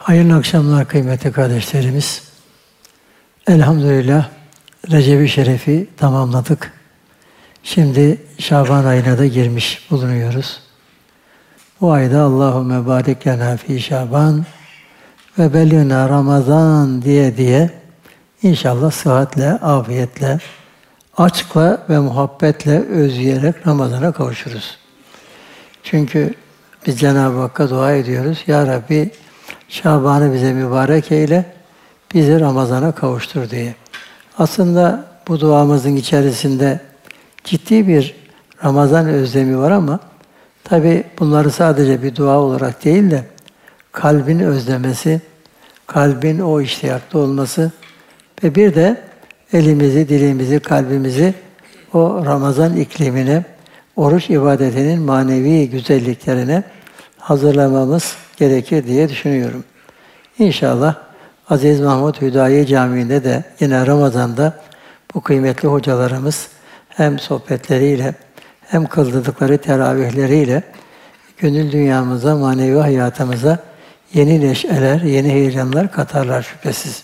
Hayırlı akşamlar kıymetli kardeşlerimiz. Elhamdülillah Recep-i Şerif'i tamamladık. Şimdi Şaban ayına da girmiş bulunuyoruz. Bu ayda Allahümme barik lena fî Şaban ve belliğna Ramazan diye inşallah sıhhatle, afiyetle, aşkla ve muhabbetle özleyerek Ramazan'a kavuşuruz. Çünkü biz Cenab-ı Hakk'a dua ediyoruz. Ya Rabbi Şaban'ı bize mübarek eyle, bizi Ramazan'a kavuştur diye. Aslında bu duamızın içerisinde ciddi bir Ramazan özlemi var ama tabi bunları sadece bir dua olarak değil de kalbin özlemesi, kalbin o iştiyakta olması ve bir de elimizi, dilimizi, kalbimizi o Ramazan iklimine, oruç ibadetinin manevi güzelliklerine hazırlamamız gerekir diye düşünüyorum. İnşallah Aziz Mahmud Hüdayi Camii'nde de yine Ramazan'da bu kıymetli hocalarımız hem sohbetleriyle hem kıldırdıkları teravihleriyle gönül dünyamıza, manevi hayatımıza yeni neşeler, yeni heyecanlar katarlar şüphesiz.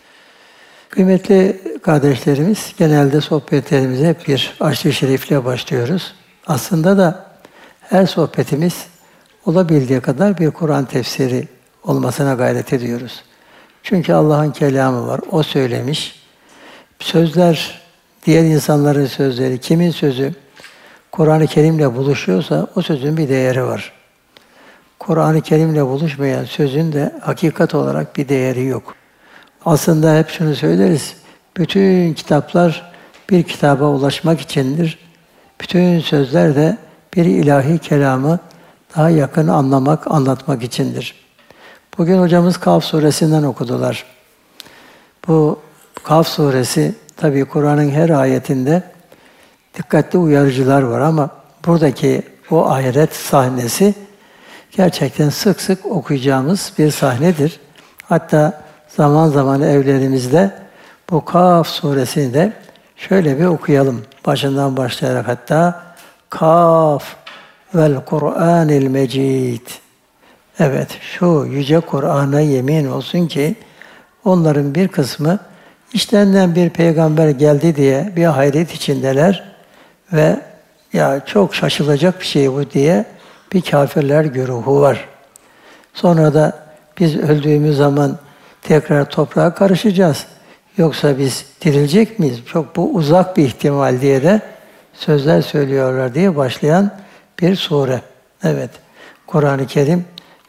Kıymetli kardeşlerimiz, genelde sohbetlerimize hep bir aşk-ı şerifle başlıyoruz. Aslında da her sohbetimiz olabildiği kadar bir Kur'an tefsiri olmasına gayret ediyoruz. Çünkü Allah'ın kelamı var, O söylemiş. Sözler, diğer insanların sözleri, kimin sözü Kur'an-ı Kerim'le buluşuyorsa o sözün bir değeri var. Kur'an-ı Kerim'le buluşmayan sözün de hakikat olarak bir değeri yok. Aslında hep şunu söyleriz, bütün kitaplar bir kitaba ulaşmak içindir. Bütün sözler de bir ilahi kelamı daha yakın anlamak, anlatmak içindir. Bugün hocamız Kaf suresinden okudular. Bu Kaf suresi, tabii Kur'an'ın her ayetinde dikkatli uyarıcılar var ama buradaki o ahiret sahnesi gerçekten sık sık okuyacağımız bir sahnedir. Hatta zaman zaman evlerimizde bu Kaf suresini de şöyle bir okuyalım. Başından başlayarak hatta Kaf vel Kur'anil Mecid. Evet, şu yüce Kur'an'a yemin olsun ki onların bir kısmı işlerinden bir peygamber geldi diye bir hayret içindeler ve ya çok şaşılacak bir şey bu diye bir kâfirler güruhu var. Sonra da biz öldüğümüz zaman tekrar toprağa karışacağız. Yoksa biz dirilecek miyiz? Çok bu uzak bir ihtimal diye de sözler söylüyorlar diye başlayan bir sure. Evet, Kur'an-ı Kerim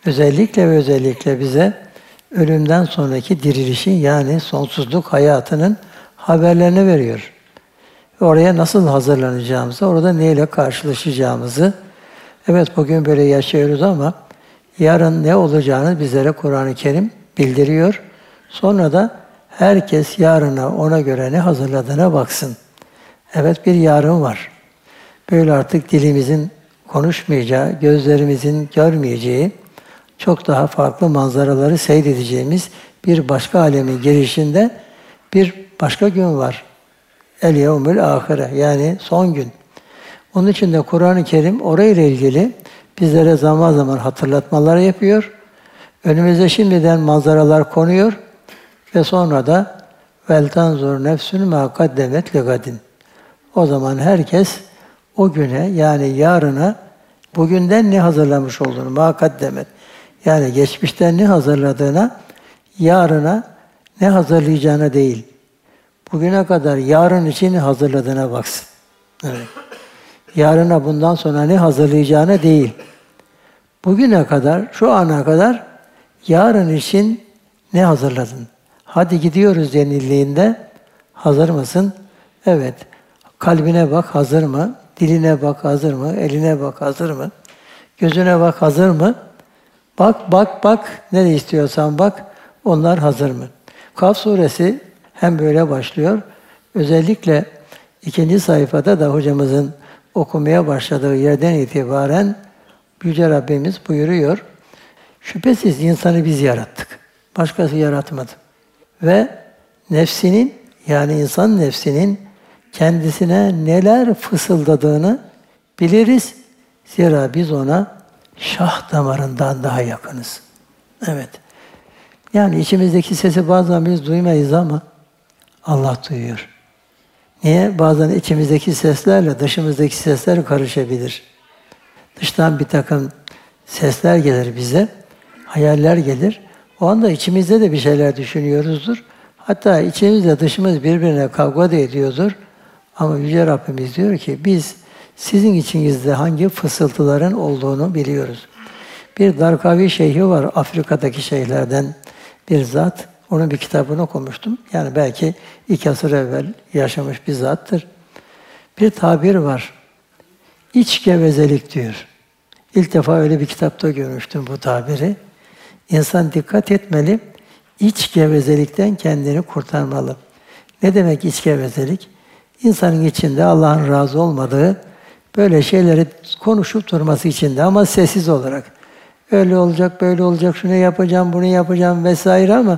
özellikle bize ölümden sonraki dirilişin yani sonsuzluk hayatının haberlerini veriyor. Oraya nasıl hazırlanacağımızı, orada neyle karşılaşacağımızı, evet bugün böyle yaşıyoruz ama yarın ne olacağını bizlere Kur'an-ı Kerim bildiriyor. Sonra da herkes yarına ona göre ne hazırladığına baksın. Evet bir yarın var. Böyle artık dilimizin konuşmayacağı, gözlerimizin görmeyeceği, çok daha farklı manzaraları seyredeceğimiz bir başka alemin girişinde bir başka gün var. El yevmül ahire yani son gün. Onun için de Kur'an-ı Kerim orayla ilgili bizlere zaman zaman hatırlatmalar yapıyor. Önümüze şimdiden manzaralar konuyor ve sonra da vel tanzur nefsün ma kaddemet li gadin. O zaman herkes o güne yani yarına bugünden ne hazırlamış olduğunu ma kaddemet yani geçmişten ne hazırladığına yarına ne hazırlayacağına değil. Bugüne kadar yarın için ne hazırladığına baksın. Evet. Yarına bundan sonra ne hazırlayacağına değil. Bugüne kadar, şu ana kadar yarın için ne hazırladın? Hadi gidiyoruz denildiğinde hazır mısın? Evet. Kalbine bak hazır mı? Diline bak hazır mı? Eline bak hazır mı? Gözüne bak hazır mı? Bak. Ne istiyorsan bak. Onlar hazır mı? Kaf suresi hem böyle başlıyor. Özellikle 2. sayfada da hocamızın okumaya başladığı yerden itibaren Yüce Rabbimiz buyuruyor. Şüphesiz insanı biz yarattık. Başkası yaratmadı. Ve nefsinin yani insan nefsinin kendisine neler fısıldadığını biliriz. Zira biz ona şah damarından daha yakınız. Evet. Yani içimizdeki sesi bazen biz duymayız ama Allah duyuyor. Niye? Bazen içimizdeki seslerle dışımızdaki sesler karışabilir. Dıştan bir takım sesler gelir bize, hayaller gelir. O anda içimizde de bir şeyler düşünüyoruzdur. Hatta içimizle dışımız birbirine kavga da ediyordur. Ama Yüce Rabbimiz diyor ki biz sizin içinizde hangi fısıltıların olduğunu biliyoruz. Bir Darkavi şeyhi var, Afrika'daki şeyhlerden bir zat. Onun bir kitabını okumuştum. Yani belki 2 asır evvel yaşamış bir zattır. Bir tabir var. İç gevezelik diyor. İlk defa öyle bir kitapta görmüştüm bu tabiri. İnsan dikkat etmeli, iç gevezelikten kendini kurtarmalı. Ne demek iç gevezelik? İnsanın içinde Allah'ın razı olmadığı böyle şeyleri konuşup durması içinde ama sessiz olarak. Öyle olacak, böyle olacak, şunu yapacağım, bunu yapacağım vesaire ama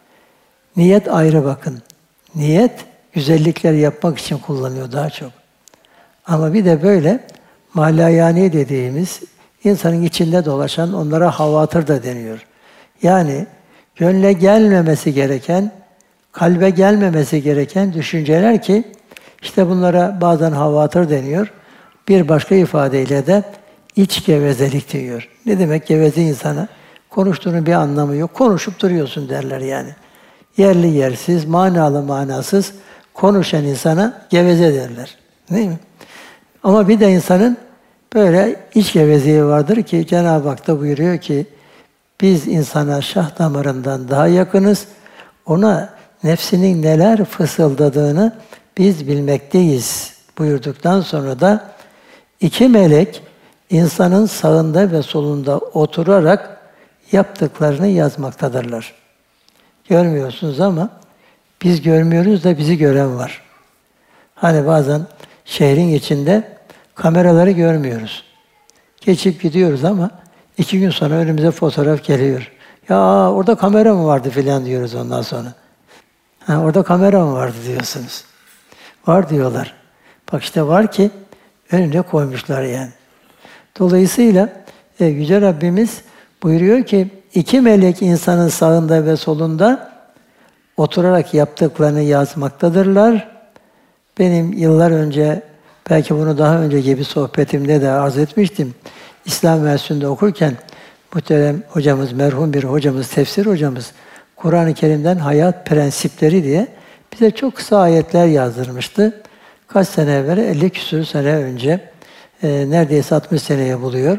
niyet ayrı bakın. Niyet güzellikler yapmak için kullanıyor daha çok. Ama bir de böyle malayani dediğimiz insanın içinde dolaşan onlara havatır da deniyor. Yani gönle gelmemesi gereken, kalbe gelmemesi gereken düşünceler ki işte bunlara bazen havatır deniyor. Bir başka ifadeyle de iç gevezelik diyor. Ne demek geveze insana? Konuştuğunun bir anlamı yok. Konuşup duruyorsun derler yani. Yerli yersiz, manalı manasız konuşan insana geveze derler. Değil mi? Ama bir de insanın böyle iç gevezeliği vardır ki Cenab-ı Hak da buyuruyor ki biz insana şah damarından daha yakınız. Ona nefsinin neler fısıldadığını biz bilmekteyiz buyurduktan sonra da 2 melek insanın sağında ve solunda oturarak yaptıklarını yazmaktadırlar. Görmüyorsunuz ama biz görmüyoruz da bizi gören var. Hani bazen şehrin içinde kameraları görmüyoruz. Geçip gidiyoruz ama 2 gün sonra önümüze fotoğraf geliyor. Ya orada kamera mı vardı filan diyoruz ondan sonra. Orada kamera mı vardı diyorsunuz. Var diyorlar. Bak işte var ki önüne koymuşlar yani. Dolayısıyla Yüce Rabbimiz buyuruyor ki 2 melek insanın sağında ve solunda oturarak yaptıklarını yazmaktadırlar. Benim yıllar önce, belki bunu daha önceki bir sohbetimde de arz etmiştim. İslam Üniversitesi'nde okurken muhterem hocamız, merhum bir hocamız, tefsir hocamız, Kur'an-ı Kerim'den hayat prensipleri diye bize çok kısa ayetler yazdırmıştı. Kaç sene evvel, 50 küsur sene önce, neredeyse 60 seneye buluyor.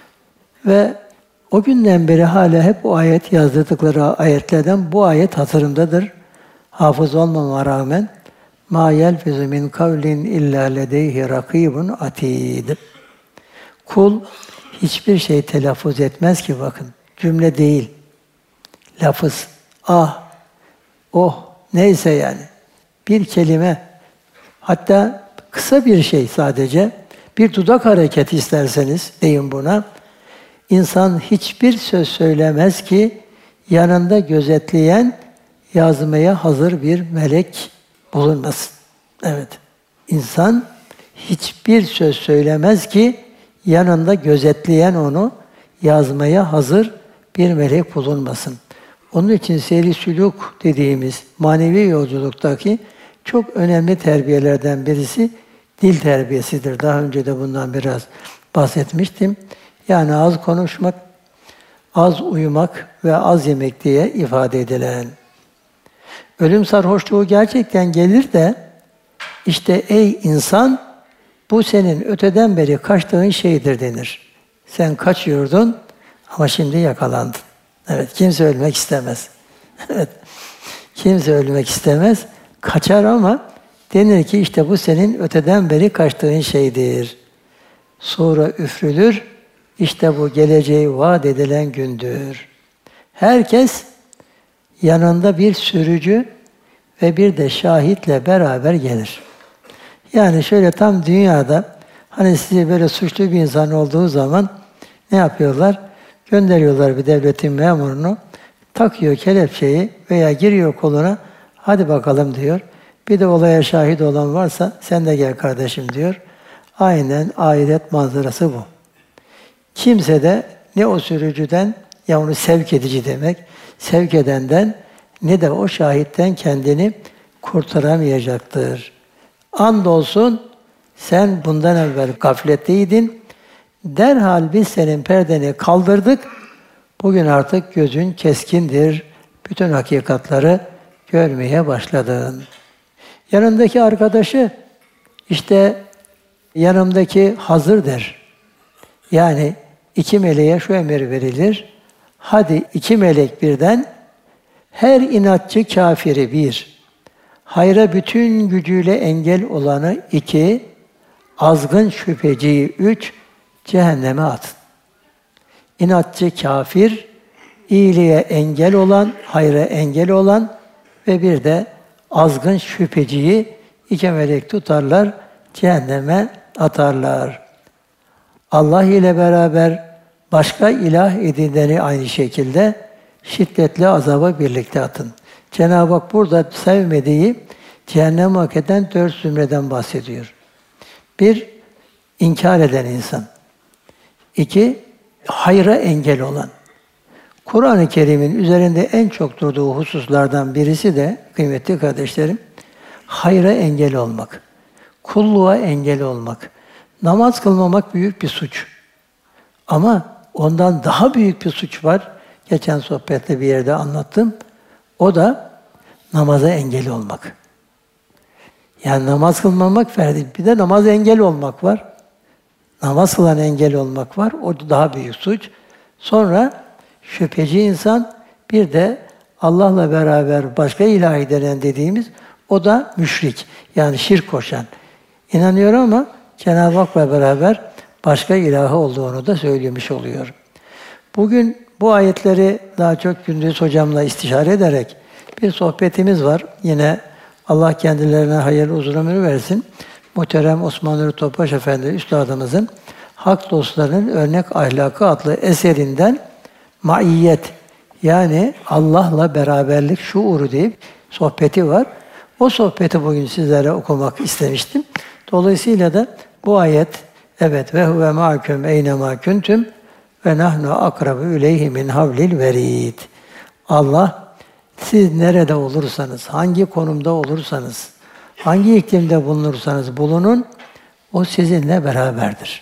Ve o günden beri hala hep o ayet yazdırdıkları ayetlerden bu ayet hatırımdadır. Hafız olmama rağmen مَا يَلْفِزُ مِنْ قَوْلٍ اِلَّا لَدَيْهِ رَقِيبٌ عَتِيدٌ. Kul hiçbir şey telaffuz etmez ki bakın. Cümle değil. Lafız. Ah, oh, neyse yani. Bir kelime, hatta kısa bir şey sadece, bir dudak hareketi isterseniz deyin buna. İnsan hiçbir söz söylemez ki yanında gözetleyen, yazmaya hazır bir melek bulunmasın. Evet. İnsan hiçbir söz söylemez ki yanında gözetleyen onu yazmaya hazır bir melek bulunmasın. Onun için seyri sülûk dediğimiz manevi yolculuktaki çok önemli terbiyelerden birisi dil terbiyesidir. Daha önce de bundan biraz bahsetmiştim. Yani az konuşmak, az uyumak ve az yemek diye ifade edilen. Ölüm sarhoşluğu gerçekten gelir de işte ey insan bu senin öteden beri kaçtığın şeydir denir. Sen kaçıyordun ama şimdi yakalandın. Evet, kimse ölmek istemez. Evet, kimse ölmek istemez. Kaçar ama denir ki işte bu senin öteden beri kaçtığın şeydir. Sonra üfrülür, işte bu geleceği vaat edilen gündür. Herkes yanında bir sürücü ve bir de şahitle beraber gelir. Yani şöyle tam dünyada hani size böyle suçlu bir insan olduğu zaman ne yapıyorlar? Gönderiyorlar bir devletin memurunu, takıyor kelepçeyi veya giriyor koluna, hadi bakalım diyor. Bir de olaya şahit olan varsa sen de gel kardeşim diyor. Aynen ahiret manzarası bu. Kimse de ne o sürücüden ya onu sevk edici demek. Sevk edenden ne de o şahitten kendini kurtaramayacaktır. Andolsun sen bundan evvel gafletteydin. Derhal biz senin perdeni kaldırdık. Bugün artık gözün keskindir. Bütün hakikatları görmeye başladın. Yanındaki arkadaşı işte yanımdaki hazır der. Yani iki meleğe şu emir verilir. Hadi iki melek birden her inatçı kafiri bir, hayra bütün gücüyle engel olanı iki, azgın şüpheciyi üç, cehenneme atın. İnatçı kafir, iyiliğe engel olan, hayra engel olan ve bir de azgın şüpheciyi iki melek tutarlar, cehenneme atarlar. Allah ile beraber başka ilah edineni aynı şekilde şiddetli azaba birlikte atın. Cenab-ı Hak burada sevmediği cehennem hak eden 4 zümreden bahsediyor. 1, inkar eden insan. 2, hayra engel olan. Kur'an-ı Kerim'in üzerinde en çok durduğu hususlardan birisi de kıymetli kardeşlerim, hayra engel olmak, kulluğa engel olmak. Namaz kılmamak büyük bir suç. Ama ondan daha büyük bir suç var. Geçen sohbette bir yerde anlattım. O da namaza engel olmak. Yani namaz kılmamak ferdi. Bir de namaz engel olmak var. Namaz kılan engel olmak var. O daha büyük suç. Sonra şüpheci insan, bir de Allah'la beraber başka ilah edinen dediğimiz, o da müşrik. Yani şirk koşan. İnanıyor ama Cenab-ı Hak'la beraber başka ilahı olduğunu da söylemiş oluyor. Bugün bu ayetleri daha çok Gündüz Hocam'la istişare ederek bir sohbetimiz var. Yine Allah kendilerine hayırlı uzun ömür versin. Muhterem Osman Nuri Topbaş Efendi Üstadımızın Hak Dostlarının Örnek Ahlakı adlı eserinden maiyet, yani Allah'la beraberlik şuuru deyip sohbeti var. O sohbeti bugün sizlere okumak istemiştim. Dolayısıyla da bu ayet, evet, ve huve ma'akum eynemâ kuntum ve nahnu akrabu ileyhi min hablil verid. Allah, siz nerede olursanız, hangi konumda olursanız, hangi iklimde bulunursanız bulunun, o sizinle beraberdir.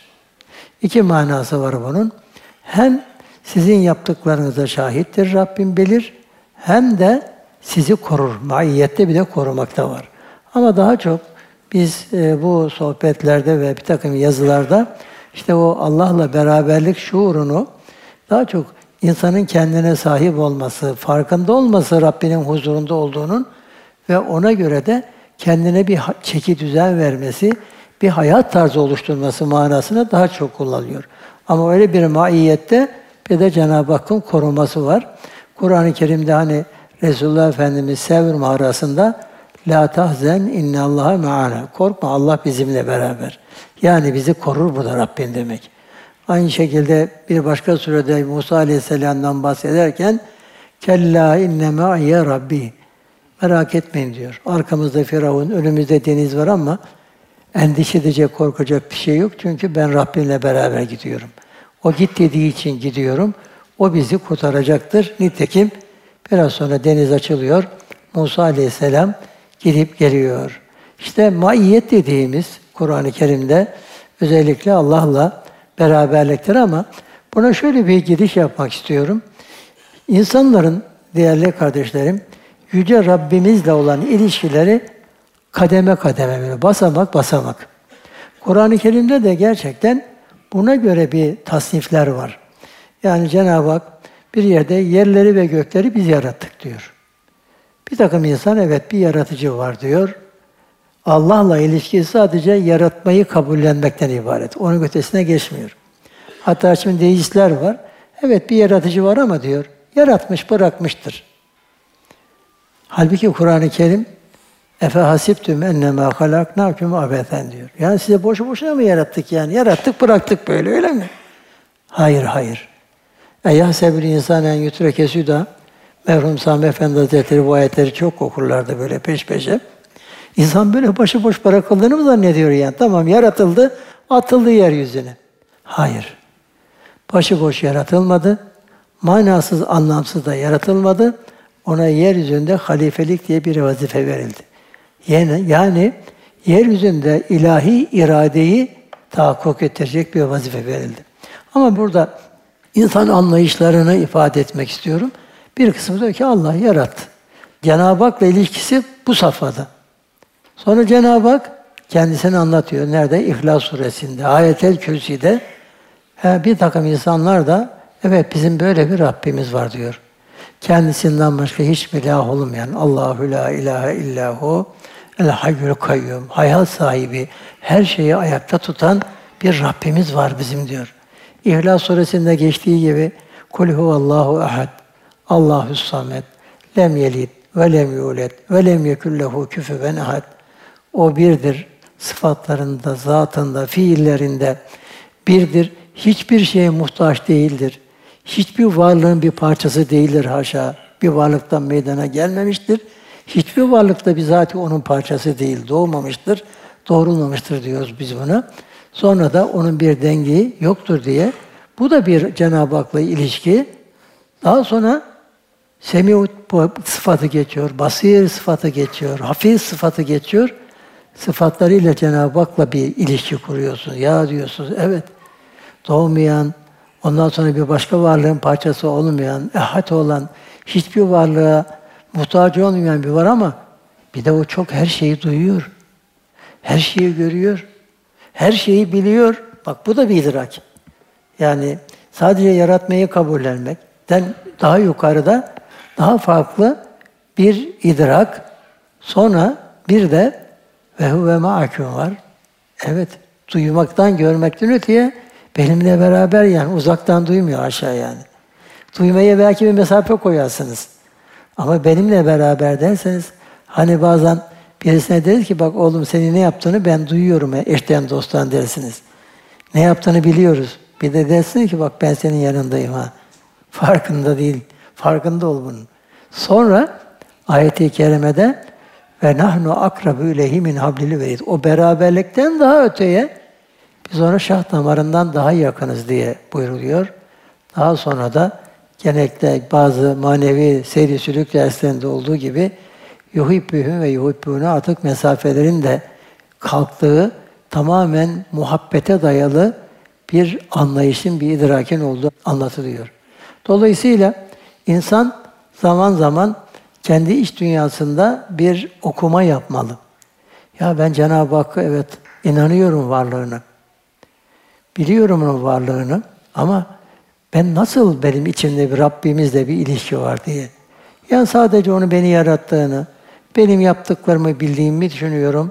2 manası var bunun. Hem sizin yaptıklarınıza şahittir Rabbim bilir, hem de sizi korur. Maiyette bir de korumakta var. Ama daha çok biz bu sohbetlerde ve bir takım yazılarda işte o Allah'la beraberlik şuurunu daha çok insanın kendine sahip olması, farkında olması Rabbinin huzurunda olduğunun ve ona göre de kendine bir çeki düzen vermesi, bir hayat tarzı oluşturması manasına daha çok kullanılıyor. Ama öyle bir maiyette bir de Cenab-ı Hakk'ın koruması var. Kur'an-ı Kerim'de hani Resulullah Efendimiz Sevr mağarasında "La tahzen innallaha ma'ana." Korkma, Allah bizimle beraber. Yani bizi korur bu da Rabbin demek. Aynı şekilde bir başka surede Musa Aleyhisselam'dan bahsederken "Kella inne ma'iye Rabbi." Merak etmeyin diyor. Arkamızda Firavun, önümüzde deniz var ama endişe edecek, korkacak bir şey yok. Çünkü ben Rabbimle beraber gidiyorum. O git dediği için gidiyorum. O bizi kurtaracaktır. Nitekim biraz sonra deniz açılıyor. Musa Aleyhisselam gidip geliyor. İşte maiyet dediğimiz Kur'an-ı Kerim'de özellikle Allah'la beraberliktir ama buna şöyle bir giriş yapmak istiyorum. İnsanların, değerli kardeşlerim, Yüce Rabbimizle olan ilişkileri kademe kademe, böyle basamak basamak. Kur'an-ı Kerim'de de gerçekten buna göre bir tasnifler var. Yani Cenab-ı Hak bir yerde yerleri ve gökleri biz yarattık diyor. Bir takım insan evet bir yaratıcı var diyor. Allah'la ilişkisi sadece yaratmayı kabullenmekten ibaret. Onun ötesine geçmiyor. Hatta şimdi deistler var. Evet bir yaratıcı var ama diyor, yaratmış bırakmıştır. Halbuki Kur'an-ı Kerim "Efe hasibtüm ennemâ halaknâküm abethen" diyor. Yani size boşu boşuna mı yarattık yani? Yarattık bıraktık böyle, öyle mi? Hayır, hayır. Eyyâhsebül insânen yutreke südâ. Merhum Sami Efendi Hazretleri bu ayetleri çok okurlardı böyle peş peşe. İnsan böyle başıboş bırakıldığını mı zannediyor yani? Tamam, yaratıldı, atıldı yeryüzüne. Hayır. Başıboş yaratılmadı. manasız, anlamsız da yaratılmadı. Ona yeryüzünde halifelik diye bir vazife verildi. Yani yeryüzünde ilahi iradeyi tahakkuk ettirecek bir vazife verildi. Ama burada insan anlayışlarını ifade etmek istiyorum. Bir kısmı diyor ki Allah yarattı. Cenab-ı Hak'la ilişkisi bu safhada. Sonra Cenab-ı Hak kendisini anlatıyor. Nerede? İhlas Suresinde, Ayet-el Kürsi'de. Bir takım insanlar da evet bizim böyle bir Rabbimiz var diyor. Kendisinden başka hiçbir ilah olmayan Allahu la ilahe illahu el hayyul kayyum, hayat sahibi, her şeyi ayakta tutan bir Rabbimiz var bizim diyor. İhlas Suresinde geçtiği gibi Kul huvallahu ehad, Allahus samed, lem yelid ve lem yulad ve lem yekun lehu küfüven ehad. O birdir. Sıfatlarında, zatında, fiillerinde birdir. Hiçbir şeye muhtaç değildir. Hiçbir varlığın bir parçası değildir haşa. Bir varlıktan meydana gelmemiştir. Hiçbir varlık da bizatihi onun parçası değil. Doğmamıştır, doğrulmamıştır diyoruz biz buna. Sonra da onun bir dengi yoktur diye. Bu da bir Cenab-ı Hak'la ilişki. Daha sonra Semi'ut sıfatı geçiyor, Basir sıfatı geçiyor, Hafiz sıfatı geçiyor. Sıfatlarıyla Cenab-ı Hak'la bir ilişki kuruyorsun. Ya diyorsunuz, evet, doğmayan, ondan sonra bir başka varlığın parçası olmayan, ehad olan, hiçbir varlığa muhtaç olmayan bir var ama bir de o çok her şeyi duyuyor. Her şeyi görüyor. Her şeyi biliyor. Bak bu da bir idrak. Yani sadece yaratmayı kabullenmekten daha yukarıda, daha farklı bir idrak. Sonra bir de ve huve ma'akum var. Evet, duymaktan, görmekten öteye benimle beraber yani uzaktan duymuyor aşağı yani. Duymaya belki bir mesafe koyarsınız. Ama benimle beraber derseniz, hani bazen birisine deriz ki bak oğlum senin ne yaptığını ben duyuyorum eşten dosttan dersiniz. Ne yaptığını biliyoruz. Bir de dersiniz ki bak ben senin yanındayım ha. Farkında değil. Farkında ol bunun. Sonra ayet-i kerimede ve nahnu akrabu ileyhi min hablil verid. O beraberlikten daha öteye biz ona şah damarından daha yakınız diye buyruluyor. Daha sonra da genellikle bazı manevi seyri sülük derslerinde olduğu gibi yuhibbühüm ve yuhibbûne artık mesafelerin de kalktığı tamamen muhabbete dayalı bir anlayışın, bir idrakin olduğu anlatılıyor. Dolayısıyla insan zaman zaman kendi iç dünyasında bir okuma yapmalı. Ya ben Cenab-ı Hakk'a evet inanıyorum varlığına. Biliyorum onun varlığını ama ben nasıl benim içimde bir Rabbimizle bir ilişki var diye. Yani sadece onu beni yarattığını, benim yaptıklarımı bildiğimi düşünüyorum.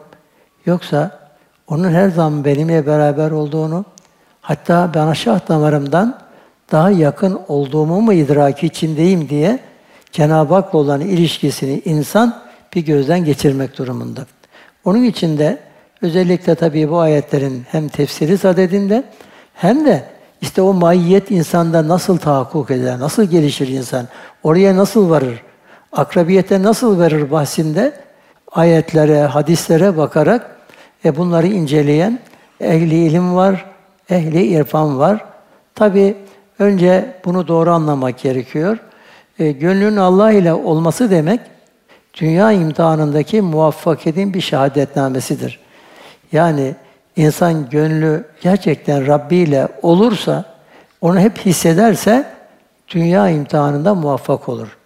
Yoksa onun her zaman benimle beraber olduğunu, hatta bana şah damarımdan daha yakın olduğumu mu idraki içindeyim diye Cenab-ı Hak'la olan ilişkisini insan bir gözden geçirmek durumunda. Onun için de özellikle tabii bu ayetlerin hem tefsiri sadedinde hem de işte o maiyet insanda nasıl tahakkuk eder, nasıl gelişir insan, oraya nasıl varır, akrabiyete nasıl varır bahsinde ayetlere, hadislere bakarak bunları inceleyen ehli ilim var, ehli irfan var. Tabii önce bunu doğru anlamak gerekiyor. Gönlün Allah ile olması demek, dünya imtihanındaki muvaffakiyetin bir şehadetnamesidir. Yani insan gönlü gerçekten Rabbi ile olursa, onu hep hissederse, dünya imtihanında muvaffak olur.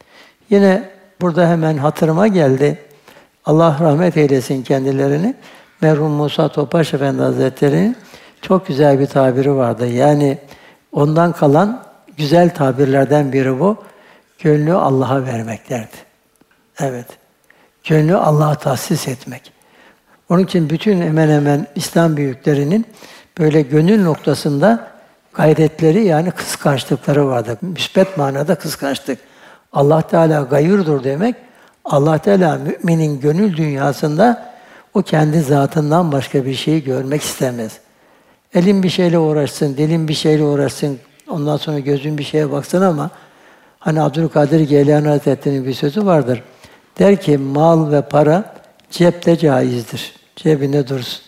Yine burada hemen hatırıma geldi, Allah rahmet eylesin kendilerini, merhum Musa Topbaş Efendi Hazretleri'nin çok güzel bir tabiri vardı. Yani ondan kalan güzel tabirlerden biri bu. Gönlü Allah'a vermek derdi. Evet. Gönlü Allah'a tahsis etmek. Onun için bütün hemen hemen İslam büyüklerinin böyle gönül noktasında gayretleri yani kıskançlıkları vardı. Müsbet manada kıskançlık. Allah Teala gayurdur demek. Allah Teala müminin gönül dünyasında o kendi zatından başka bir şeyi görmek istemez. Elin bir şeyle uğraşsın, dilin bir şeyle uğraşsın, ondan sonra gözün bir şeye baksın ama hani Abdülkadir Geylani Hazretleri'nin bir sözü vardır. Der ki mal ve para cepte caizdir. Cebinde dursun.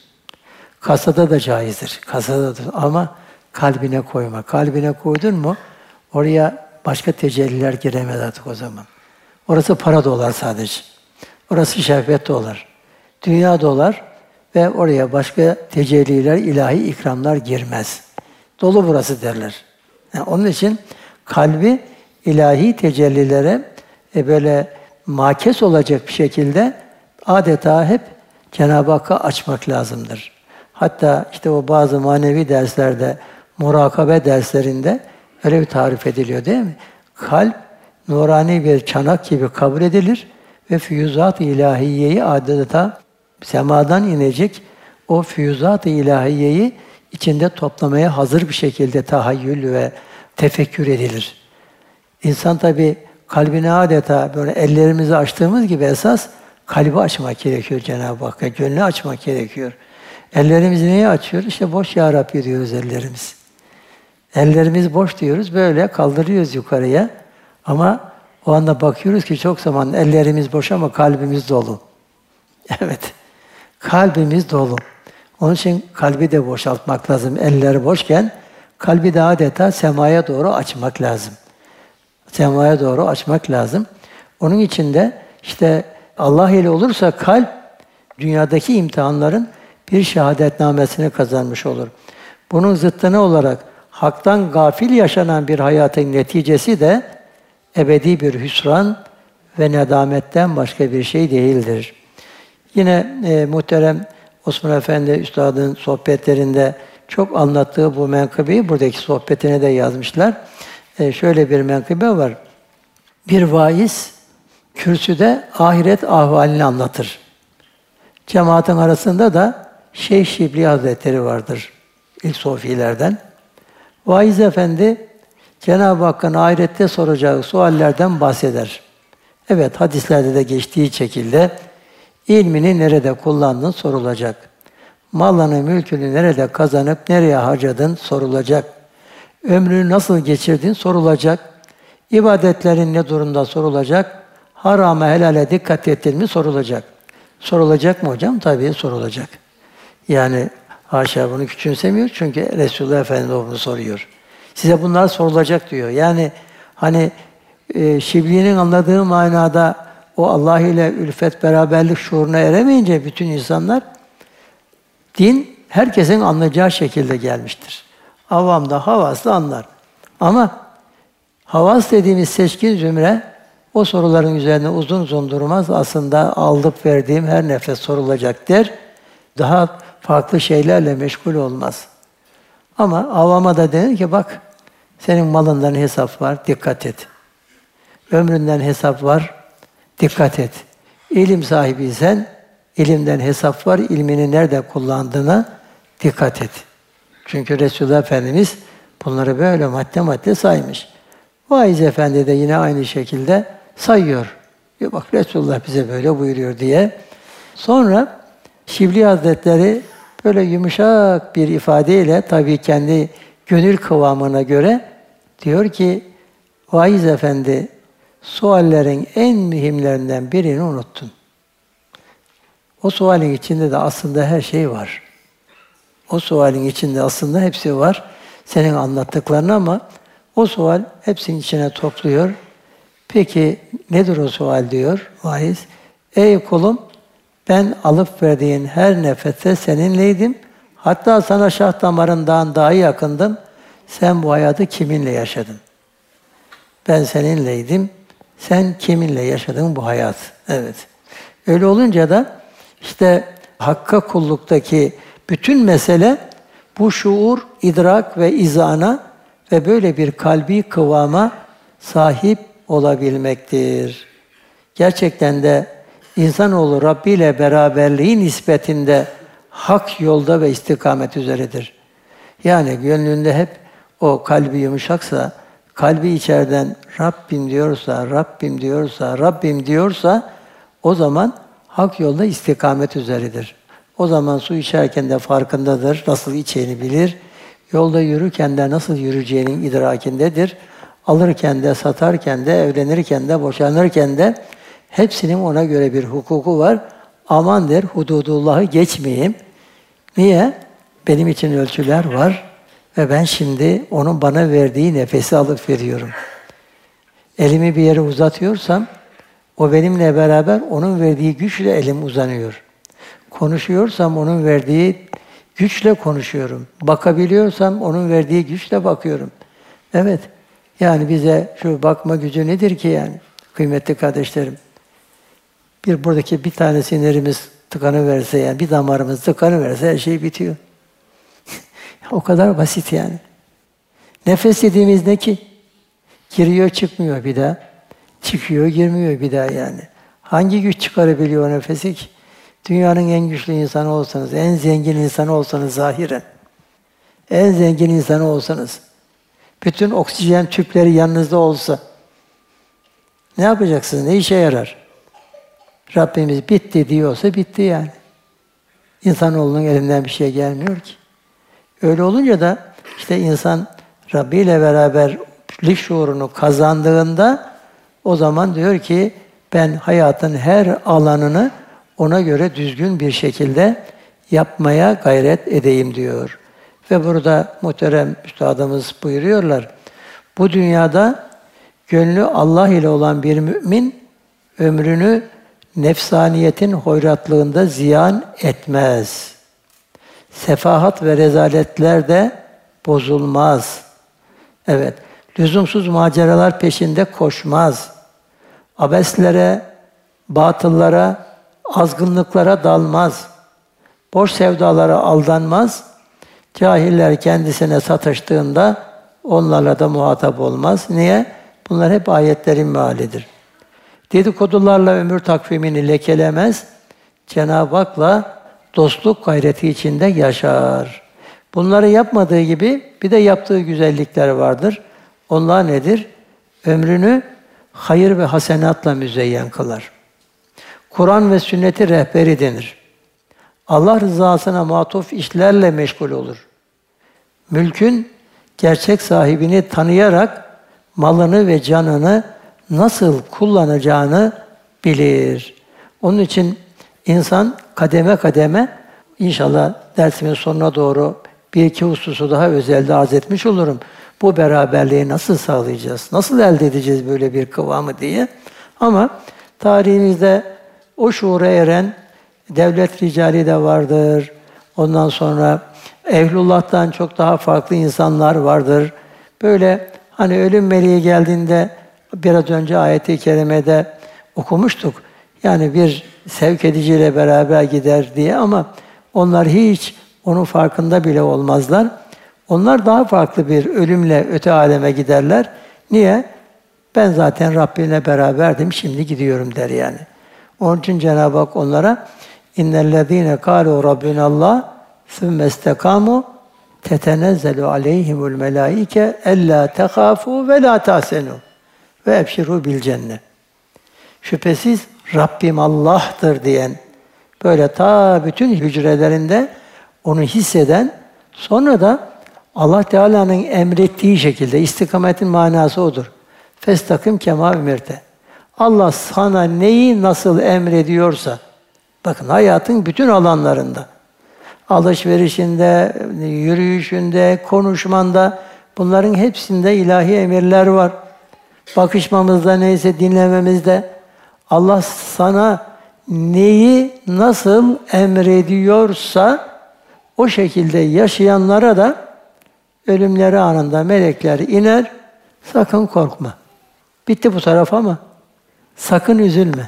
Kasada da caizdir. Kasada da dursun. Ama kalbine koyma. Kalbine koydun mu oraya başka tecelliler giremez artık o zaman. Orası para dolar sadece. Orası şehvet dolar. Dünya dolar ve oraya başka tecelliler, ilahi ikramlar girmez. Dolu burası derler. Yani onun için kalbi ilahi tecellilere böyle makes olacak bir şekilde adeta hep Cenab-ı Hakk'a açmak lazımdır. Hatta işte o bazı manevi derslerde, murakabe derslerinde öyle bir tarif ediliyor değil mi? Kalp nurani bir çanak gibi kabul edilir ve füyüzat-ı ilahiyeyi adeta semadan inecek o füyüzat-ı ilahiyeyi içinde toplamaya hazır bir şekilde tahayyül ve tefekkür edilir. İnsan tabi kalbini adeta böyle ellerimizi açtığımız gibi esas kalbi açmak gerekiyor Cenab-ı Hakk'a, gönlü açmak gerekiyor. Ellerimizi neye açıyoruz? İşte boş ya Rabbi diyoruz ellerimiz. Ellerimiz boş diyoruz, böyle kaldırıyoruz yukarıya. Ama o anda bakıyoruz ki çok zaman ellerimiz boş ama kalbimiz dolu. Evet, kalbimiz dolu. Onun için kalbi de boşaltmak lazım. Eller boşken kalbi de adeta semaya doğru açmak lazım. Semaya doğru açmak lazım. Onun için de işte Allah ile olursa kalp dünyadaki imtihanların bir şehadetnamesini kazanmış olur. Bunun zıttına olarak haktan gafil yaşanan bir hayatın neticesi de ebedi bir hüsran ve nedametten başka bir şey değildir. Yine muhterem Osman Efendi Üstad'ın sohbetlerinde çok anlattığı bu menkıbeyi buradaki sohbetine de yazmışlar. Şöyle bir menkıbe var. Bir vaiz kürsüde ahiret ahvalini anlatır. Cemaatin arasında da Şeyh Şibli Hazretleri vardır, ilk sofilerden. Vaiz Efendi, Cenab-ı Hakk'ın ahirette soracağı suallerden bahseder. Evet, hadislerde de geçtiği şekilde ilmini nerede kullandın sorulacak. Malını, mülkünü nerede kazanıp nereye harcadın sorulacak. Ömrünü nasıl geçirdin sorulacak. İbadetlerin ne durumda sorulacak. Harama, helale dikkat ettin mi sorulacak. Sorulacak mı hocam? Tabii sorulacak. Yani haşa bunu küçümsemiyor çünkü Resulullah Efendimiz bunu soruyor. Size bunlar sorulacak diyor. Yani hani Şibli'nin anladığı manada o Allah ile ülfet, beraberlik şuuruna eremeyince bütün insanlar din herkesin anlayacağı şekilde gelmiştir. Avam da havas da anlar. Ama havas dediğimiz seçkin zümre o soruların üzerine uzun uzun durmaz. Aslında aldıp verdiğim her nefes sorulacak der. Daha farklı şeylerle meşgul olmaz. Ama avama da denir ki bak senin malından hesap var, dikkat et. Ömründen hesap var, dikkat et. İlim sahibiysen ilimden hesap var, ilmini nerede kullandığına dikkat et. Çünkü Resulullah Efendimiz bunları böyle madde madde saymış. Vaiz Efendi de yine aynı şekilde sayıyor. Diyor, bak Resulullah bize böyle buyuruyor diye. Sonra Şibli Hazretleri böyle yumuşak bir ifadeyle tabii kendi gönül kıvamına göre diyor ki Vaiz Efendi suallerin en mühimlerinden birini unuttun. O sualin içinde de aslında her şey var. O sualin içinde aslında hepsi var. Senin anlattıkların ama o sual hepsinin içine topluyor. Peki nedir o sual diyor vaiz? Ey kulum ben alıp verdiğin her nefeste seninleydim. Hatta sana şah damarından daha yakındım. Sen bu hayatı kiminle yaşadın? Ben seninleydim. Sen kiminle yaşadın bu hayat? Evet. Öyle olunca da işte Hakk'a kulluktaki bütün mesele bu şuur, idrak ve izana ve böyle bir kalbi kıvama sahip olabilmektir. Gerçekten de insanoğlu Rabbi ile beraberliği nispetinde hak yolda ve istikamet üzeredir. Yani gönlünde hep o kalbi yumuşaksa, kalbi içeriden Rabbim diyorsa, Rabbim diyorsa, Rabbim diyorsa o zaman hak yolda istikamet üzeredir. O zaman su içerken de farkındadır, nasıl içeceğini bilir. Yolda yürürken de nasıl yürüyeceğinin idrakindedir. Alırken de, satarken de, evlenirken de, boşanırken de hepsinin ona göre bir hukuku var. Aman der, hududullah'ı geçmeyeyim. Niye? Benim için ölçüler var ve ben şimdi onun bana verdiği nefesi alıp veriyorum. Elimi bir yere uzatıyorsam, o benimle beraber onun verdiği güçle elim uzanıyor. Konuşuyorsam onun verdiği güçle konuşuyorum. Bakabiliyorsam onun verdiği güçle bakıyorum. Evet, yani bize şu bakma gücü nedir ki yani? Kıymetli kardeşlerim. Buradaki bir tane sinirimiz tıkanıverse, yani bir damarımız tıkanıverse her şey bitiyor. O kadar basit yani. Nefes dediğimiz ne ki? Giriyor çıkmıyor bir daha. Çıkıyor girmiyor bir daha yani. Hangi güç çıkarabiliyor o nefesi ki? Dünyanın en güçlü insanı olsanız, en zengin insanı olsanız zahiren, en zengin insanı olsanız, bütün oksijen tüpleri yanınızda olsa, ne yapacaksınız? Ne işe yarar? Rabbimiz bitti diyorsa bitti yani. İnsanoğlunun elinden bir şey gelmiyor ki. Öyle olunca da işte insan Rabbi ile beraberlik şuurunu kazandığında o zaman diyor ki ben hayatın her alanını ona göre düzgün bir şekilde yapmaya gayret edeyim diyor. Ve burada muhterem üstadımız buyuruyorlar. Bu dünyada gönlü Allah ile olan bir mümin ömrünü nefsaniyetin hoyratlığında ziyan etmez. Sefahat ve rezaletler de bozulmaz. Evet, lüzumsuz maceralar peşinde koşmaz. Abeslere, batıllara, azgınlıklara dalmaz. Boş sevdalara aldanmaz. Cahiller kendisine sataştığında onlarla da muhatap olmaz. Niye? Bunlar hep ayetlerin mealidir. Dedikodularla ömür takvimini lekelemez. Cenab-ı Hak'la dostluk gayreti içinde yaşar. Bunları yapmadığı gibi bir de yaptığı güzellikler vardır. Onlar nedir? Ömrünü hayır ve hasenatla müzeyyen kılar. Kur'an ve sünneti rehberi denir. Allah rızasına matuf işlerle meşgul olur. Mülkün gerçek sahibini tanıyarak malını ve canını nasıl kullanacağını bilir. Onun için insan kademe kademe, inşallah dersimin sonuna doğru bir iki hususu daha özelde arz etmiş olurum. Bu beraberliği nasıl sağlayacağız? Nasıl elde edeceğiz böyle bir kıvamı diye. Ama tarihimizde o şuura eren devlet ricali de vardır. Ondan sonra ehlullah'tan çok daha farklı insanlar vardır. Böyle hani ölüm meleği geldiğinde biraz önce ayet-i kerimede okumuştuk. Yani bir sevk ediciyle beraber gider diye ama onlar hiç onun farkında bile olmazlar. Onlar daha farklı bir ölümle öte aleme giderler. Niye? Ben zaten Rabbimle beraberdim, şimdi gidiyorum der yani. Onun için Cenab-ı Hak onlara اِنَّ قَالُوا رَبِّنَ اللّٰهِ ثُمَّ اسْتَقَامُوا تَتَنَزَّلُ عَلَيْهِمُ الْمَلَائِكَ أَلَّا تَخَافُوا وَلَا تَحْزَنُوا وَاَبْشِرُوا بِالْجَنَّةِ. Şüphesiz Rabbim Allah'tır diyen, böyle ta bütün hücrelerinde onu hisseden, sonra da Allah Teala'nın emrettiği şekilde, istikametin manası odur. Festakim kema ümirte. Allah sana neyi nasıl emrediyorsa, bakın hayatın bütün alanlarında, alışverişinde, yürüyüşünde, konuşmanda, bunların hepsinde ilahi emirler var. Bakışmamızda neyse, dinlememizde, Allah sana neyi nasıl emrediyorsa, o şekilde yaşayanlara da ölümleri anında melekler iner, sakın korkma. Bitti bu taraf ama sakın üzülme.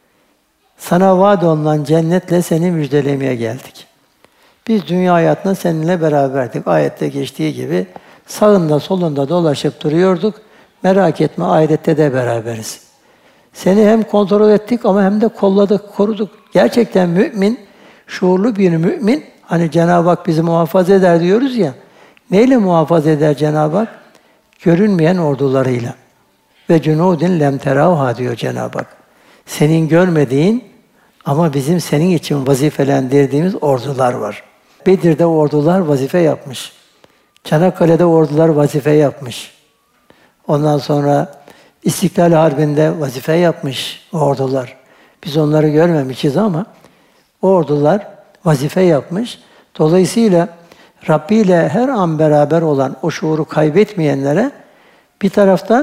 Sana vaat olunan cennetle seni müjdelemeye geldik. Biz dünya hayatında seninle beraberdik. Ayette geçtiği gibi sağında solunda dolaşıp duruyorduk. Merak etme, ahirette de beraberiz. Seni hem kontrol ettik ama hem de kolladık, koruduk. Gerçekten mümin, şuurlu bir mümin, hani Cenab-ı Hak bizi muhafaza eder diyoruz ya, neyle muhafaza eder Cenab-ı Hak? Görünmeyen ordularıyla. Ve cunudin lem teravha diyor Cenab-ı Hak. Senin görmediğin ama bizim senin için vazifelendirdiğimiz ordular var. Bedir'de ordular vazife yapmış. Çanakkale'de ordular vazife yapmış. Ondan sonra İstiklal Harbi'nde vazife yapmış ordular. Biz onları görmemişiz ama o ordular vazife yapmış. Dolayısıyla Rabbi ile her an beraber olan o şuuru kaybetmeyenlere bir taraftan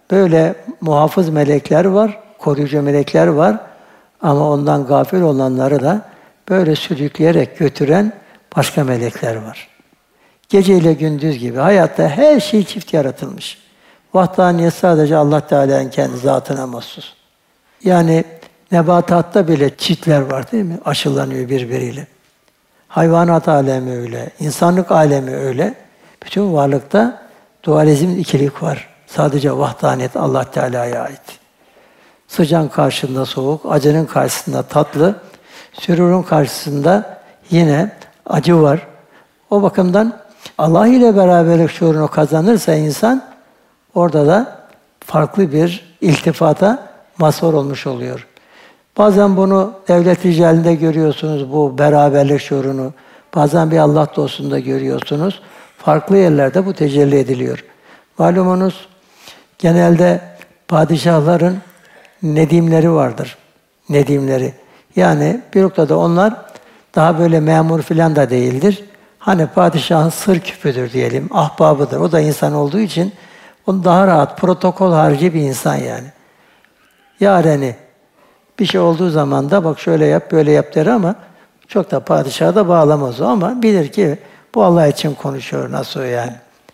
böyle muhafız melekler var, koruyucu melekler var ama ondan gafil olanları da böyle sürükleyerek götüren başka melekler var. Gece ile gündüz gibi hayatta her şey çift yaratılmış. Vahdaniyet sadece Allah Teala'nın kendi zatına mahsus. Yani nebatatta bile çiftler var değil mi? Aşılanıyor birbiriyle. Hayvanat alemi öyle, insanlık alemi öyle. Bütün varlıkta dualizm, ikilik var. Sadece vahdaniyet Allah Teala'ya ait. Sıcağın karşısında soğuk, acının karşısında tatlı, sürurun karşısında yine acı var. O bakımdan Allah ile beraberlik şuurunu kazanırsa insan, orada da farklı bir iltifata mazhar olmuş oluyor. Bazen bunu devlet ricalinde görüyorsunuz, bu beraberlik şuurunu. Bazen bir Allah dostunda görüyorsunuz. Farklı yerlerde bu tecelli ediliyor. Malumunuz, genelde padişahların nedimleri vardır. Nedimleri. Yani bir noktada onlar daha böyle memur filan da değildir. Hani padişahın sır küpüdür diyelim, ahbabıdır. O da insan olduğu için onu daha rahat, protokol harici bir insan yani. Yareni bir şey olduğu zaman da bak şöyle yap, böyle yap der ama çok da padişaha da bağlamaz o ama bilir ki bu Allah için konuşuyor, nasıl o yani.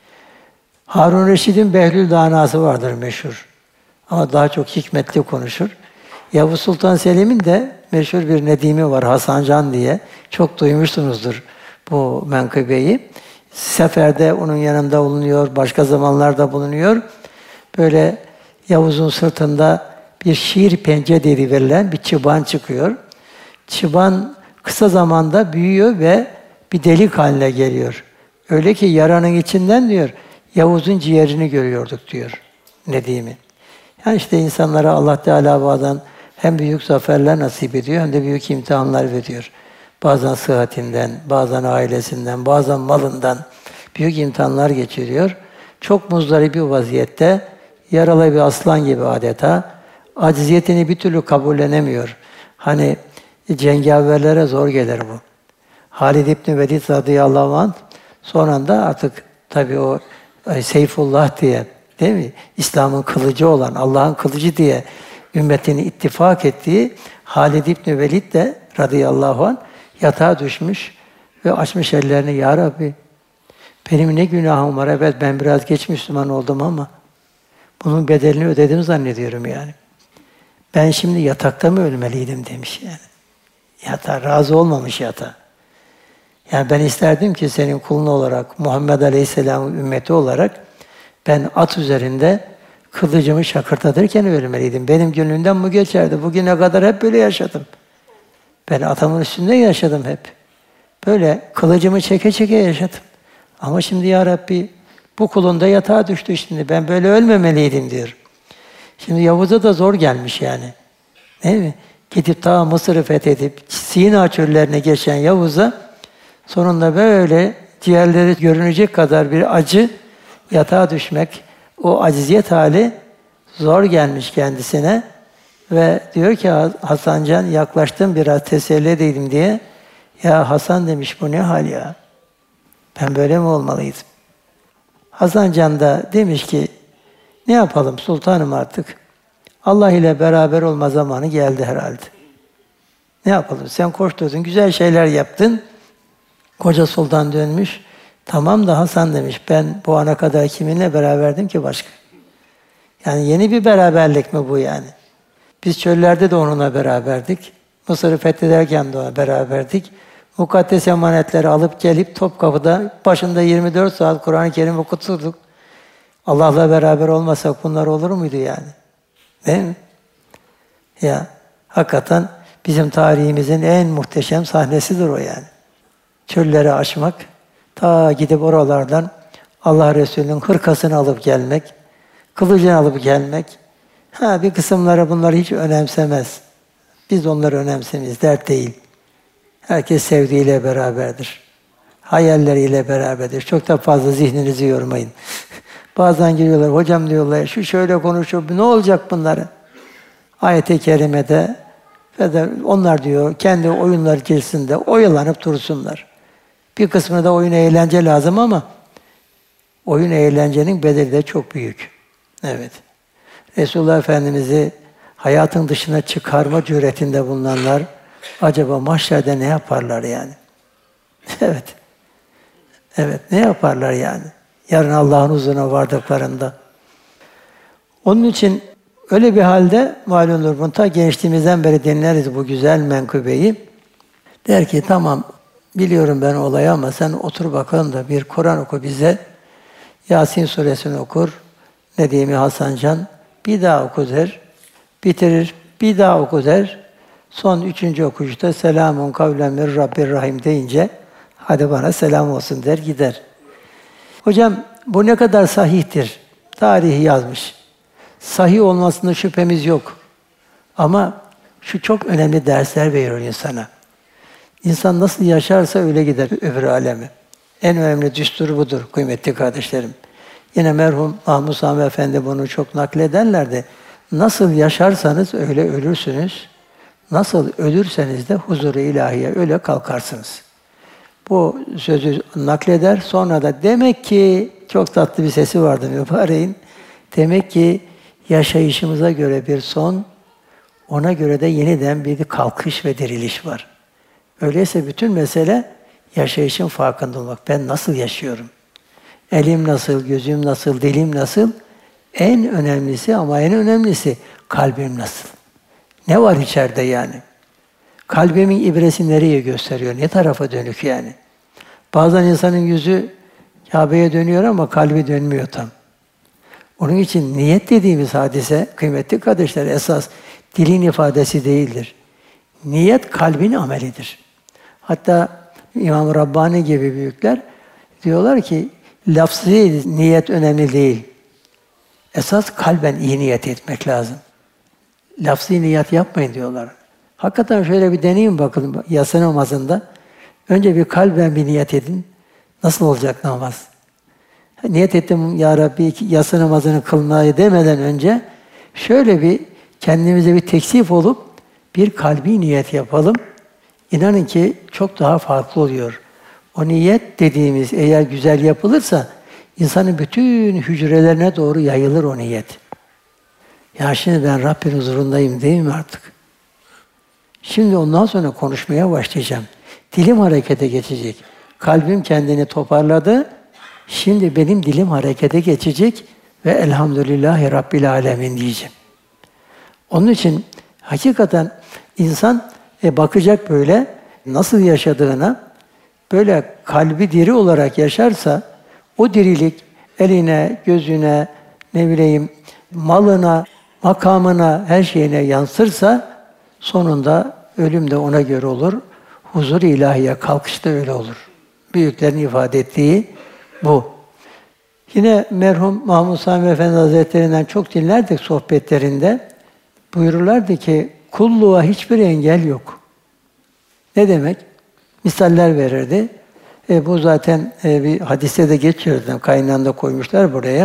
Harun Reşid'in Behlül danası vardır meşhur. Ama daha çok hikmetli konuşur. Yavuz Sultan Selim'in de meşhur bir nedimi var, Hasan Can diye. Çok duymuşsunuzdur bu menkıbeyi. Seferde onun yanında bulunuyor, başka zamanlarda bulunuyor. Böyle Yavuz'un sırtında bir şiir pençe dediği verilen bir çıban çıkıyor. Çıban kısa zamanda büyüyor ve bir delik haline geliyor. Öyle ki yaranın içinden diyor, Yavuz'un ciğerini görüyorduk diyor Nedim'i. Yani işte insanlara Allah Teala bazen hem büyük zaferler nasip ediyor hem de büyük imtihanlar veriyor. Bazen sıhhatinden, bazen ailesinden, bazen malından büyük imtihanlar geçiriyor. Çok muzdarip bir vaziyette, yaralı bir aslan gibi adeta, aciziyetini bir türlü kabullenemiyor. Hani cengaverlere zor gelir bu. Halid İbn Velid radıyallahu anh sonra da artık tabii o Seyfullah diye, değil mi? İslam'ın kılıcı olan, Allah'ın kılıcı diye ümmetini ittifak ettiği Halid İbn Velid de radıyallahu anh yatağa düşmüş ve açmış ellerini, Ya Rabbi benim ne günahım var, evet ben biraz geç Müslüman oldum ama bunun bedelini ödedim zannediyorum yani. Ben şimdi yatakta mı ölmeliydim demiş yani. Yatağa, razı olmamış yatağa. Yani ben isterdim ki senin kulun olarak, Muhammed Aleyhisselam'ın ümmeti olarak ben at üzerinde kılıcımı şakırtatırken ölmeliydim. Benim gönlümden bu geçerdi. Bugüne kadar hep böyle yaşadım. Ben atımın üstünde yaşadım hep. Böyle kılıcımı çeke çeke yaşadım. Ama şimdi Ya Rabbi bu kulun da yatağa düştü şimdi. Ben böyle ölmemeliydim diyor. Şimdi Yavuz'a da zor gelmiş yani. Değil mi? Gidip ta Mısır'ı fethedip Sina çöllerine geçen Yavuz'a sonunda böyle ciğerleri görünecek kadar bir acı yatağa düşmek, o aciziyet hali zor gelmiş kendisine ve diyor ki Hasan Can, yaklaştım biraz teselli edeyim diye. Ya Hasan demiş, bu ne hal ya? Ben böyle mi olmalıydım? Hasan Can da demiş ki, ne yapalım sultanım artık? Allah ile beraber olma zamanı geldi herhalde. Ne yapalım? Sen koşturdun, güzel şeyler yaptın. Koca sultan dönmüş. Tamam da Hasan demiş, ben bu ana kadar kiminle beraberdim ki başka? Yani yeni bir beraberlik mi bu yani? Biz çöllerde de onunla beraberdik. Mısır'ı fethederken de onunla beraberdik. Mukaddes emanetleri alıp gelip Topkapı'da başında 24 saat Kur'an-ı Kerim okuturduk. Allah'la beraber olmasak bunlar olur muydu yani? Değil mi? Ya hakikaten bizim tarihimizin en muhteşem sahnesidir o yani. Çölleri aşmak, ta gidip oralardan Allah Resulü'nün hırkasını alıp gelmek, kılıcını alıp gelmek. Bir kısımları bunları hiç önemsemez. Biz onları önemsemeyiz, dert değil. Herkes sevdiğiyle beraberdir. Hayalleriyle beraberdir. Çok da fazla zihninizi yormayın. Bazen geliyorlar, hocam diyorlar, şu şöyle konuşuyor, ne olacak bunları? Ayet-i Kerime'de onlar diyor, kendi oyunlar içerisinde oyalanıp dursunlar. Bir kısmına da oyun eğlence lazım ama oyun eğlencenin bedeli de çok büyük. Evet. Resulullah Efendimiz'i hayatın dışına çıkarma cüretinde bulunanlar acaba mahşerde ne yaparlar yani? Evet. Evet, ne yaparlar yani? Yarın Allah'ın huzuruna vardıklarında. Onun için öyle bir halde malumdur, bunu ta gençliğimizden beri dinleriz bu güzel menkıbeyi. Der ki tamam biliyorum ben olayı ama sen otur bakalım da bir Kur'an oku bize. Yasin suresini okur. Nedimi Hasancan bir daha oku der. Bitirir. Bir daha oku der. Son 3. okuyuşta selamun kavlen min Rabbir Rahim deyince hadi bana selam olsun der gider. Hocam bu ne kadar sahihtir? Tarihi yazmış. Sahih olmasında şüphemiz yok. Ama şu çok önemli dersler veriyor insana. İnsan nasıl yaşarsa öyle gider öbür aleme. En önemli düstur budur kıymetli kardeşlerim. Yine merhum Mahmud Sami Efendi bunu çok naklederlerdi. Nasıl yaşarsanız öyle ölürsünüz. Nasıl ölürseniz de huzur-u ilahiye öyle kalkarsınız. Bu sözü nakleder. Sonra da demek ki çok tatlı bir sesi vardı mübareğin. Demek ki yaşayışımıza göre bir son, ona göre de yeniden bir kalkış ve diriliş var. Öyleyse bütün mesele yaşayışın farkında olmak. Ben nasıl yaşıyorum? Elim nasıl, gözüm nasıl, dilim nasıl? En önemlisi ama en önemlisi kalbim nasıl? Ne var içeride yani? Kalbimin ibresi nereye gösteriyor? Ne tarafa dönük yani? Bazen insanın yüzü Kabe'ye dönüyor ama kalbi dönmüyor tam. Onun için niyet dediğimiz hadise, kıymetli kardeşler, esas dilin ifadesi değildir. Niyet kalbin amelidir. Hatta İmam Rabbani gibi büyükler diyorlar ki, lafzı niyet önemli değil. Esas kalben iyi niyet etmek lazım. Lafzı niyet yapmayın diyorlar. Hakikaten şöyle bir deneyin bakın yatsı namazında. Önce bir kalben bir niyet edin. Nasıl olacak namaz? Niyet ettim ya Rabbi yatsı namazını kılmayı demeden önce şöyle bir kendimize bir teksif olup bir kalbi niyet yapalım. İnanın ki çok daha farklı oluyor. O niyet dediğimiz eğer güzel yapılırsa insanın bütün hücrelerine doğru yayılır o niyet. Ya şimdi ben Rabbin huzurundayım değil mi artık? Şimdi ondan sonra konuşmaya başlayacağım. Dilim harekete geçecek. Kalbim kendini toparladı. Şimdi benim dilim harekete geçecek ve elhamdülillahi Rabbil alemin diyeceğim. Onun için hakikaten insan bakacak böyle nasıl yaşadığına, böyle kalbi diri olarak yaşarsa o dirilik eline, gözüne, ne bileyim malına, makamına, her şeyine yansırsa sonunda ölüm de ona göre olur. Huzur-u ilahiye kalkış da öyle olur. Büyüklerin ifade ettiği bu. Yine merhum Mahmud Sami Efendi Hazretlerinden çok dinlerdik sohbetlerinde. Buyururlardı ki kulluğa hiçbir engel yok. Ne demek? Misaller verirdi. Bu zaten bir hadiste de geçiyor. Kaynağında koymuşlar buraya.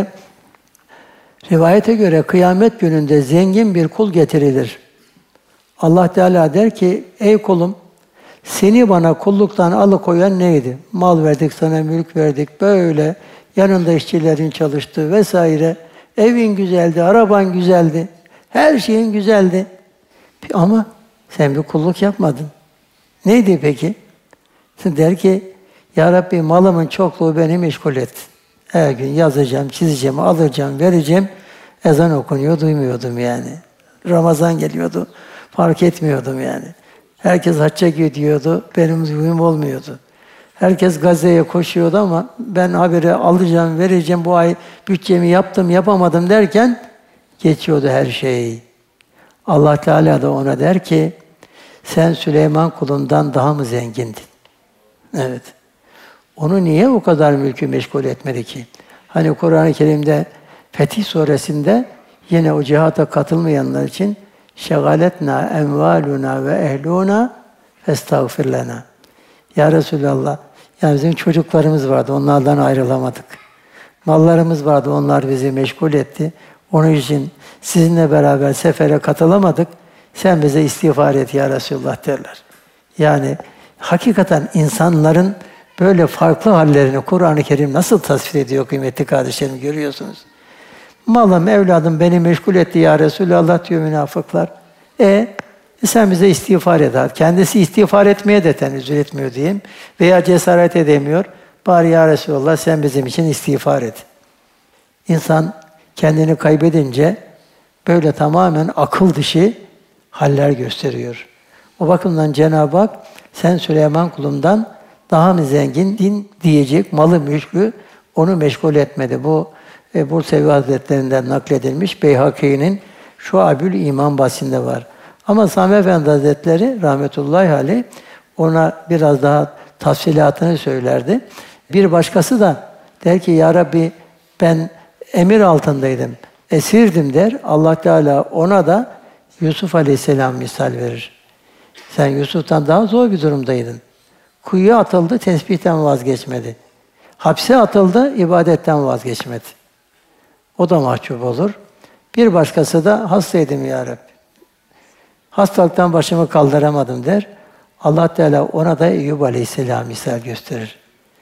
Rivayete göre kıyamet gününde zengin bir kul getirilir. Allah Teala der ki, ey kulum, seni bana kulluktan alıkoyan neydi? Mal verdik sana, mülk verdik, böyle yanında işçilerin çalıştığı vesaire. Evin güzeldi, araban güzeldi, her şeyin güzeldi. Ama sen bir kulluk yapmadın. Neydi peki? Der ki, ya Rabbi malımın çokluğu beni meşgul etti. Her gün yazacağım, çizeceğim, alacağım, vereceğim. Ezan okunuyor, duymuyordum yani. Ramazan geliyordu, fark etmiyordum yani. Herkes hacca gidiyordu, benim uyum olmuyordu. Herkes Gazze'ye koşuyordu ama ben haberi alacağım, vereceğim, bu ay bütçemi yaptım, yapamadım derken geçiyordu her şey. Allah Teala da ona der ki, sen Süleyman kulundan daha mı zengindin? Evet. Onu niye o kadar mülkü meşgul etmedi ki? Hani Kur'an-ı Kerim'de Fetih Suresinde yine o cihata katılmayanlar için şegaletna emvaluna ve ehluna festağfir lena. Ya Resulallah, yani bizim çocuklarımız vardı, onlardan ayrılamadık. Mallarımız vardı, onlar bizi meşgul etti. Onun için sizinle beraber sefere katılamadık. Sen bize istiğfar et ya Resulullah derler. Yani hakikaten insanların böyle farklı hallerini Kur'an-ı Kerim nasıl tasvir ediyor kıymetli kardeşlerim görüyorsunuz. Malım, evladım beni meşgul etti ya Resulallah diyor münafıklar. Sen bize istiğfar et. Kendisi istiğfar etmeye de tenezzül etmiyor diyeyim. Veya cesaret edemiyor. Bari ya Resulallah sen bizim için istiğfar et. İnsan kendini kaybedince böyle tamamen akıl dışı haller gösteriyor. O bakımdan Cenab-ı Hak sen Süleyman kulumdan daha mı zengindin diyecek malı mülkü onu meşgul etmedi. Bu Bursevi Hazretlerinden nakledilmiş Beyhaki'nin Şuab-ül İman bahsinde var. Ama Sami Efendi Hazretleri rahmetullahi aleyh ona biraz daha tafsilatını söylerdi. Bir başkası da der ki ya Rabbi ben emir altındaydım, esirdim der. Allah Teala ona da Yusuf Aleyhisselam misal verir. Sen Yusuf'tan daha zor bir durumdaydın. Kuyuya atıldı, tesbihten vazgeçmedi. Hapse atıldı, ibadetten vazgeçmedi. O da mahcup olur. Bir başkası da hastaydım ya Rabbi. Hastalıktan başımı kaldıramadım der. Allah Teala ona da Eyyub Aleyhisselam misal gösterir.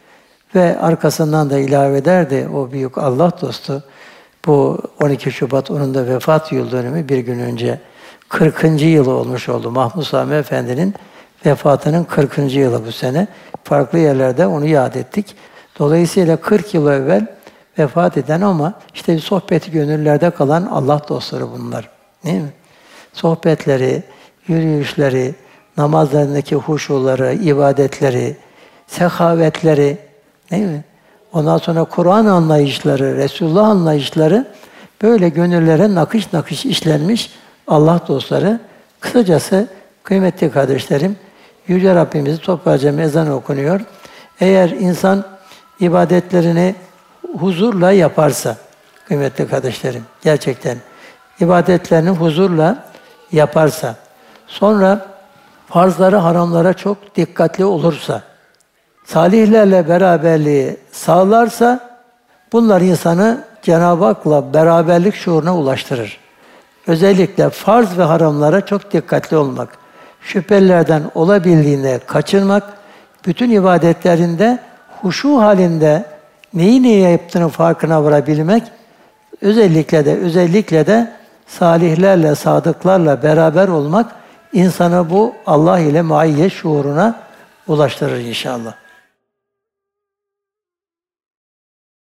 Ve arkasından da ilave ederdi o büyük Allah dostu. Bu 12 Şubat onun da vefat yıl dönümü bir gün önce 40. yılı olmuş oldu. Mahmud Sami Efendi'nin vefatının 40. yılı bu sene. Farklı yerlerde onu yad ettik. Dolayısıyla 40 yıl evvel vefat eden ama işte sohbeti gönüllerde kalan Allah dostları bunlar. Değil mi? Sohbetleri, yürüyüşleri, namazlarındaki huşuları, ibadetleri, sehavetleri, değil mi? Ondan sonra Kur'an anlayışları, Resulullah anlayışları böyle gönüllere nakış nakış işlenmiş Allah dostları. Kısacası kıymetli kardeşlerim, Yüce Rabbimizi topluca ezan okunuyor. Eğer insan ibadetlerini huzurla yaparsa, kıymetli kardeşlerim, gerçekten ibadetlerini huzurla yaparsa, sonra farzlara, haramlara çok dikkatli olursa, salihlerle beraberliği sağlarsa, bunlar insanı Cenab-ı Hak'la beraberlik şuuruna ulaştırır. Özellikle farz ve haramlara çok dikkatli olmak, şüphelilerden olabildiğine kaçınmak, bütün ibadetlerinde huşu halinde neyi neye yaptığının farkına varabilmek, özellikle de salihlerle, sadıklarla beraber olmak insanı bu Allah ile maiyet şuuruna ulaştırır inşallah.